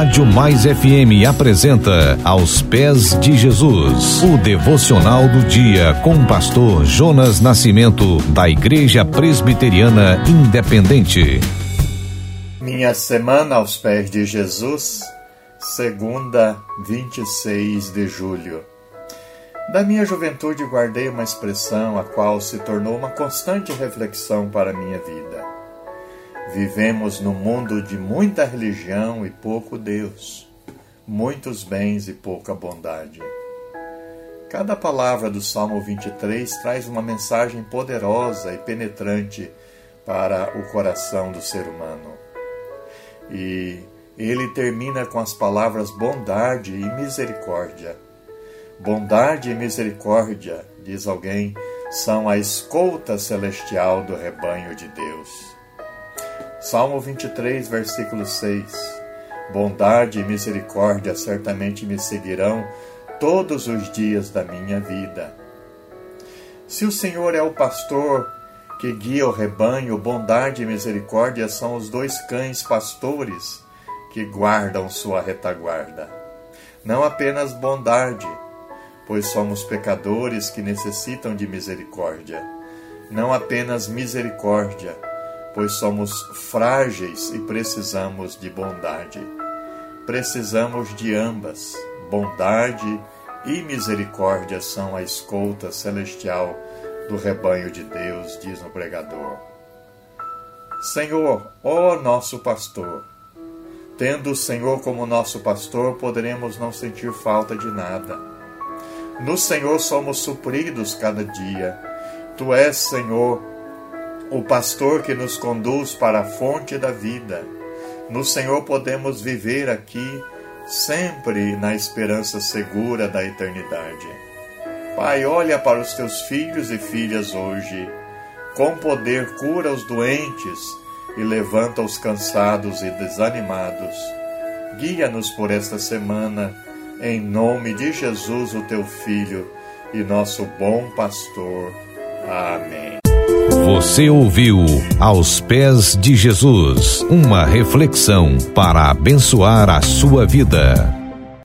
Rádio Mais FM apresenta Aos Pés de Jesus, o devocional do dia com o pastor Jonas Nascimento, da Igreja Presbiteriana Independente. Minha semana aos pés de Jesus, segunda, 26 de julho. Da minha juventude guardei uma expressão a qual se tornou uma constante reflexão para a minha vida. Vivemos num mundo de muita religião e pouco Deus, muitos bens e pouca bondade. Cada palavra do Salmo 23 traz uma mensagem poderosa e penetrante para o coração do ser humano. E ele termina com as palavras bondade e misericórdia. Bondade e misericórdia, diz alguém, são a escolta celestial do rebanho de Deus. Salmo 23, versículo 6. Bondade e misericórdia certamente me seguirão todos os dias da minha vida. Se o Senhor é o pastor que guia o rebanho, bondade e misericórdia são os dois cães pastores que guardam sua retaguarda. Não apenas bondade, pois somos pecadores que necessitam de misericórdia. Não apenas misericórdia, pois somos frágeis e precisamos de bondade. Precisamos de ambas. Bondade e misericórdia são a escolta celestial do rebanho de Deus, diz o pregador. Senhor, ó nosso pastor, tendo o Senhor como nosso pastor, poderemos não sentir falta de nada. No Senhor somos supridos cada dia. Tu és, Senhor, o pastor que nos conduz para a fonte da vida. No Senhor podemos viver aqui, sempre na esperança segura da eternidade. Pai, olha para os teus filhos e filhas hoje. Com poder cura os doentes e levanta os cansados e desanimados. Guia-nos por esta semana, em nome de Jesus, o teu Filho e nosso bom pastor. Amém. Você ouviu Aos Pés de Jesus, uma reflexão para abençoar a sua vida.